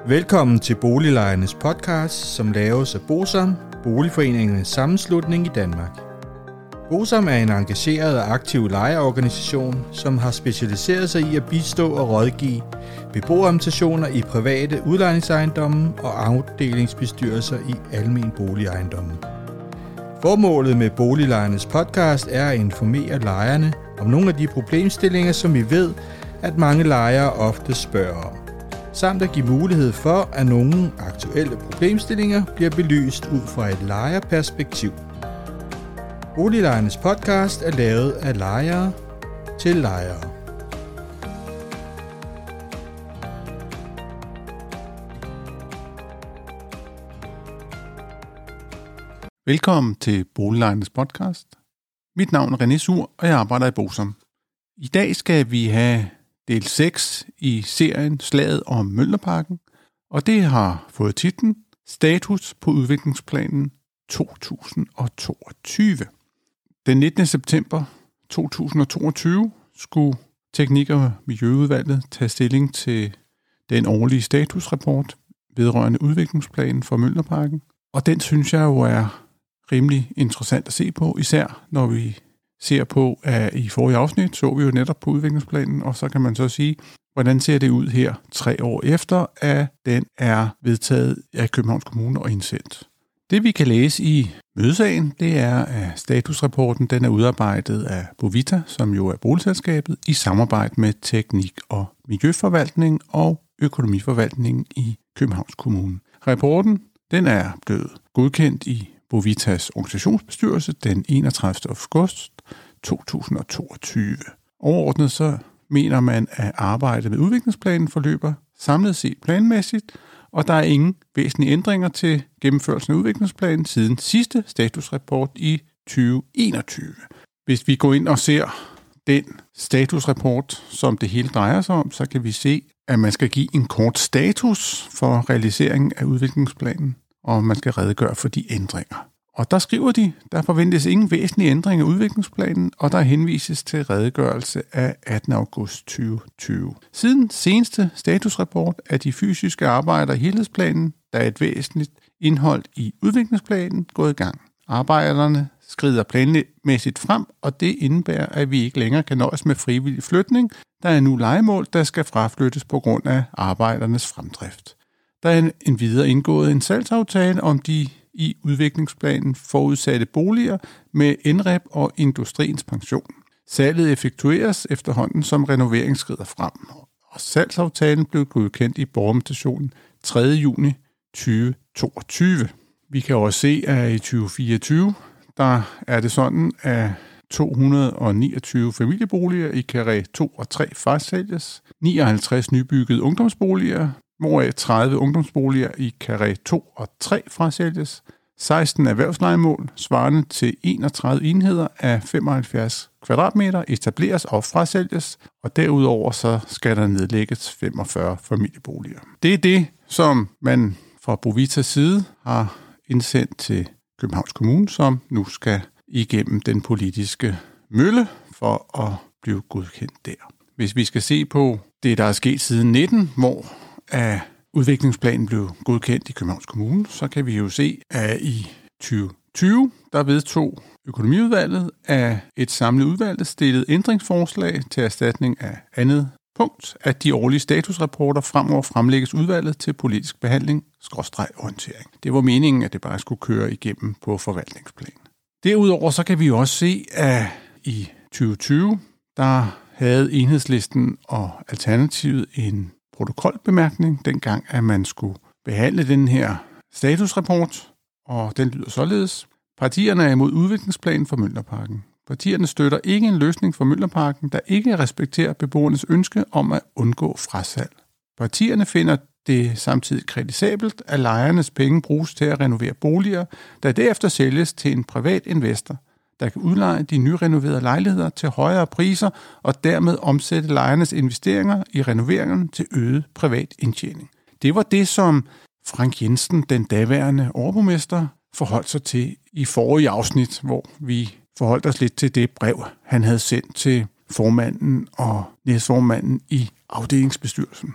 Velkommen til Boliglejernes podcast, som laves af BOSAM, Boligforeningernes Sammenslutning i Danmark. BOSAM er en engageret og aktiv lejerorganisation, som har specialiseret sig i at bistå og rådgive beboerorganisationer i private udlejningsejendomme og afdelingsbestyrelser i almen boligejendomme. Formålet med Boliglejernes podcast er at informere lejerne om nogle af de problemstillinger, som vi ved, at mange lejere ofte spørger om, samt at give mulighed for, at nogle aktuelle problemstillinger bliver belyst ud fra et lejerperspektiv. Boliglejernes podcast er lavet af lejere til lejere. Velkommen til Boliglejernes podcast. Mit navn er René Sur, og jeg arbejder i BOSAM. I dag skal vi have del 6 i serien Slaget om Mjølnerparken, og det har fået titlen Status på udviklingsplanen 2022. Den 19. september 2022 skulle Teknik- og Miljøudvalget tage stilling til den årlige statusrapport vedrørende udviklingsplanen for Mjølnerparken, og den synes jeg jo er rimelig interessant at se på, især når vi ser på, at i forrige afsnit så vi jo netop på udviklingsplanen, og så kan man så sige, hvordan ser det ud her 3 år efter, at den er vedtaget af Københavns Kommune og indsendt. Det vi kan læse i mødesagen, det er, at statusrapporten den er udarbejdet af Bovita, som jo er boligselskabet, i samarbejde med Teknik- og Miljøforvaltning og Økonomiforvaltningen i Københavns Kommune. Rapporten den er blevet godkendt i Bovitas organisationsbestyrelse den 31. august 2022. Overordnet så mener man, at arbejdet med udviklingsplanen forløber samlet set planmæssigt, og der er ingen væsentlige ændringer til gennemførelsen af udviklingsplanen siden sidste statusrapport i 2021. Hvis vi går ind og ser den statusrapport, som det hele drejer sig om, så kan vi se, at man skal give en kort status for realiseringen af udviklingsplanen, og man skal redegøre for de ændringer. Og der skriver de, der forventes ingen væsentlige ændringer af udviklingsplanen, og der henvises til redegørelse af 18. august 2020. Siden seneste statusrapport er de fysiske arbejder i helhedsplanen, der er et væsentligt indhold i udviklingsplanen, gået i gang. Arbejderne skrider planmæssigt frem, og det indebærer, at vi ikke længere kan nøjes med frivillig flytning. Der er nu lejemål, der skal fraflyttes på grund af arbejdernes fremdrift. Der er endvidere indgået en salgsaftale om de i udviklingsplanen forudsatte boliger med NREP og Industriens Pension. Salget effektueres efterhånden, som renovering skrider frem, og salgsaftalen blev godkendt i borgermødestationen 3. juni 2022. Vi kan også se, at i 2024, der er det sådan, at 229 familieboliger i Karré 2 og 3 frasælges, 59 nybyggede ungdomsboliger, hvoraf 30 ungdomsboliger i Karré 2 og 3 frasælges, 16 erhvervslejemål svarende til 31 enheder af 75 kvadratmeter etableres og frasælges, og derudover så skal der nedlægges 45 familieboliger. Det er det, som man fra Bovitas side har indsendt til Københavns Kommune, som nu skal igennem den politiske mølle for at blive godkendt der. Hvis vi skal se på det, der er sket siden 19, hvor udviklingsplanen blev godkendt i Københavns Kommune, så kan vi jo se, at i 2020, der vedtog Økonomiudvalget, at et samlet udvalg stillede ændringsforslag til erstatning af andet punkt, at de årlige statusrapporter fremover fremlægges udvalget til politisk behandling /orientering. Det var meningen, at det bare skulle køre igennem på forvaltningsplan. Derudover så kan vi også se, at i 2020, der havde Enhedslisten og Alternativet en protokolbemærkning, dengang at man skulle behandle den her statusrapport, og den lyder således. Partierne er imod udviklingsplanen for Mjølnerparken. Partierne støtter ikke en løsning for Mjølnerparken, der ikke respekterer beboernes ønske om at undgå frasalg. Partierne finder det samtidig kritisabelt, at lejernes penge bruges til at renovere boliger, der derefter sælges til en privat investor, der kan udleje de nyrenoverede lejligheder til højere priser og dermed omsætte lejernes investeringer i renoveringerne til øget privat indtjening. Det var det, som Frank Jensen, den daværende overborgmester, forholdt sig til i forrige afsnit, hvor vi forholdt os lidt til det brev, han havde sendt til formanden og næstformanden i afdelingsbestyrelsen.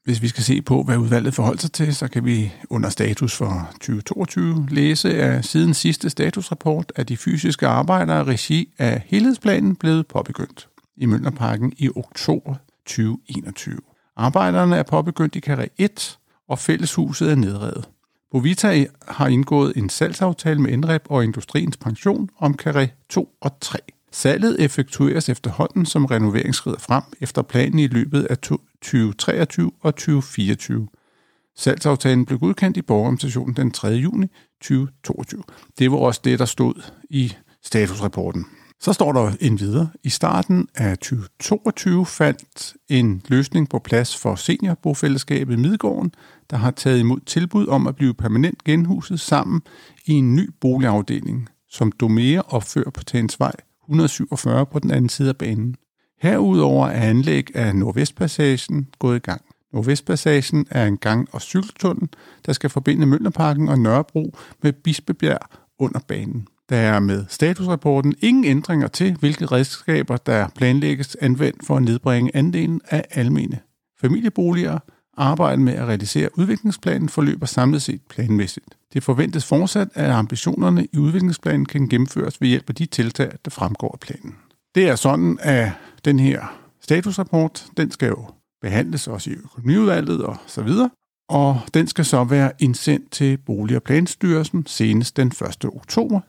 Hvis vi skal se på, hvad udvalget forholder sig til, så kan vi under status for 2022 læse, at siden sidste statusrapport er de fysiske arbejder i regi af helhedsplanen blevet påbegyndt i Mjølnerparken i oktober 2021. Arbejderne er påbegyndt i Karré 1, og fælleshuset er nedrevet. Bovita har indgået en salgsaftale med NREP og Industriens Pension om Karré 2 og 3. Salget effektueres efterhånden, som renovering skrider frem efter planen i løbet af 2023 og 2024. Salgsaftalen blev godkendt i borgerorganisationen den 3. juni 2022. Det var også det, der stod i statusrapporten. Så står der endvidere, i starten af 2022 faldt en løsning på plads for seniorbofællesskabet Midgården, der har taget imod tilbud om at blive permanent genhuset sammen i en ny boligafdeling, som Domea opfører på Tagensvej 147 på den anden side af banen. Herudover er anlæg af Nordvestpassagen gået i gang. Nordvestpassagen er en gang- og cykeltunnel, der skal forbinde Mjølnerparken og Nørrebro med Bispebjerg under banen. Der er med statusrapporten ingen ændringer til, hvilke redskaber der planlægges anvendt for at nedbringe andelen af almene familieboliger. Arbejdet med at realisere udviklingsplanen forløber samlet set planmæssigt. Det forventes fortsat, at ambitionerne i udviklingsplanen kan gennemføres ved hjælp af de tiltag, der fremgår af planen. Det er sådan, at den her statusrapport, den skal jo behandles også i økonomiudvalget og så videre, og den skal så være indsendt til Bolig- og Planstyrelsen senest den 1. oktober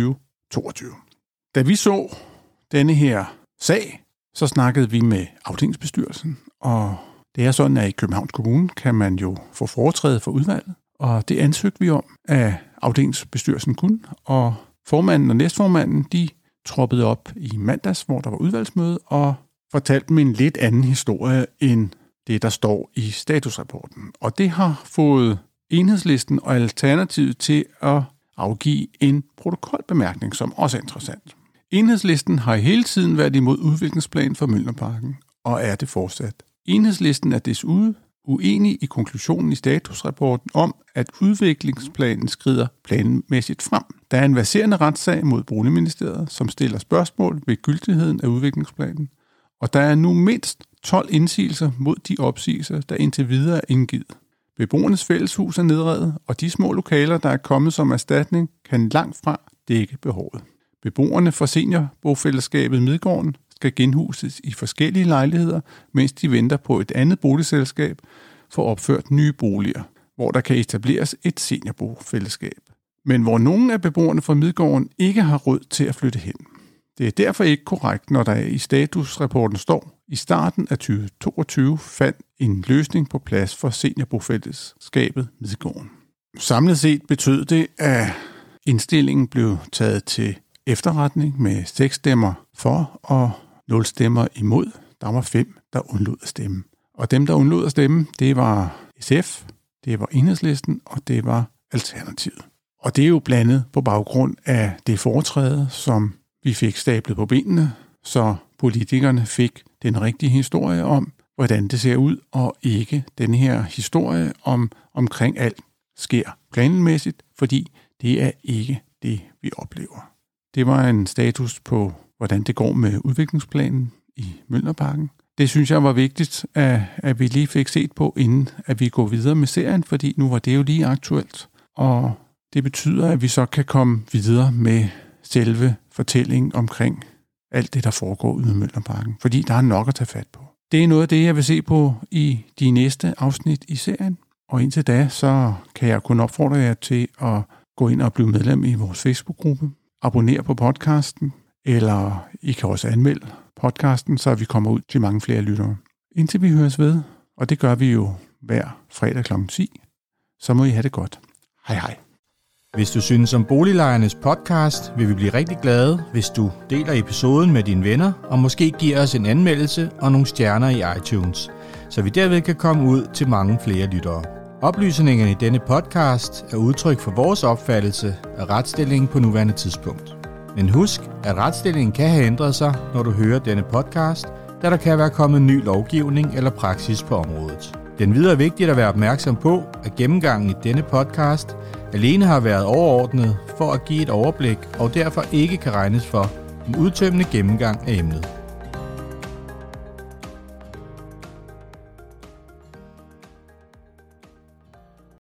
2022. Da vi så denne her sag, så snakkede vi med afdelingsbestyrelsen, og det er sådan, at i Københavns Kommune kan man jo få foretræde for udvalget, og det ansøgte vi om, at afdelingsbestyrelsen kunne, og formanden og næstformanden, de troppede op i mandags, hvor der var udvalgsmøde, og fortalte dem en lidt anden historie end det, der står i statusrapporten. Og det har fået Enhedslisten og Alternativet til at afgive en protokolbemærkning, som også er interessant. Enhedslisten har hele tiden været imod udviklingsplanen for Mjølnerparken, og er det fortsat. Enhedslisten er desuden uenig i konklusionen i statusrapporten om, at udviklingsplanen skrider planmæssigt frem. Der er en verserende retssag mod Boligministeriet, som stiller spørgsmål ved gyldigheden af udviklingsplanen, og der er nu mindst 12 indsigelser mod de opsigelser, der indtil videre er indgivet. Beboernes fælleshus er nedrevet, og de små lokaler, der er kommet som erstatning, kan langt fra dække behovet. Beboerne fra seniorbofællesskabet Midgården skal genhuses i forskellige lejligheder, mens de venter på et andet boligselskab for opført nye boliger, hvor der kan etableres et seniorbofællesskab. Men hvor nogle af beboerne fra Midgården ikke har råd til at flytte hen. Det er derfor ikke korrekt, når der i statusrapporten står, i starten af 2022 fandt en løsning på plads for seniorbofællesskabet Midgården. Samlet set betød det, at indstillingen blev taget til efterretning med 6 stemmer for og 0 stemmer imod. Der var 5, der undlod at stemme. Og dem, der undlod at stemme, det var SF, det var Enhedslisten og det var Alternativet. Og det er jo blandet på baggrund af det foretræde, som vi fik stablet på benene, så politikerne fik den rigtige historie om, hvordan det ser ud, og ikke den her historie omkring alt sker planmæssigt, fordi det er ikke det, vi oplever. Det var en status på, hvordan det går med udviklingsplanen i Mjølnerparken. Det synes jeg var vigtigt, at vi lige fik set på, inden at vi går videre med serien, fordi nu var det jo lige aktuelt. Og det betyder, at vi så kan komme videre med selve fortællingen omkring alt det, der foregår ude i Mjølnerparken, fordi der er nok at tage fat på. Det er noget af det, jeg vil se på i de næste afsnit i serien, og indtil da, så kan jeg kun opfordre jer til at gå ind og blive medlem i vores Facebook-gruppe, abonnere på podcasten, eller I kan også anmelde podcasten, så vi kommer ud til mange flere lyttere. Indtil vi høres ved, og det gør vi jo hver fredag kl. 10, så må I have det godt. Hej hej. Hvis du synes om Boliglejernes podcast, vil vi blive rigtig glade, hvis du deler episoden med dine venner, og måske giver os en anmeldelse og nogle stjerner i iTunes, så vi derved kan komme ud til mange flere lyttere. Oplysningerne i denne podcast er udtryk for vores opfattelse af retsstillingen på nuværende tidspunkt. Men husk, at retsstillingen kan have ændret sig, når du hører denne podcast, da der kan være kommet ny lovgivning eller praksis på området. Den videre er vigtigt at være opmærksom på, at gennemgangen i denne podcast alene har været overordnet for at give et overblik og derfor ikke kan regnes for en udtømmende gennemgang af emnet.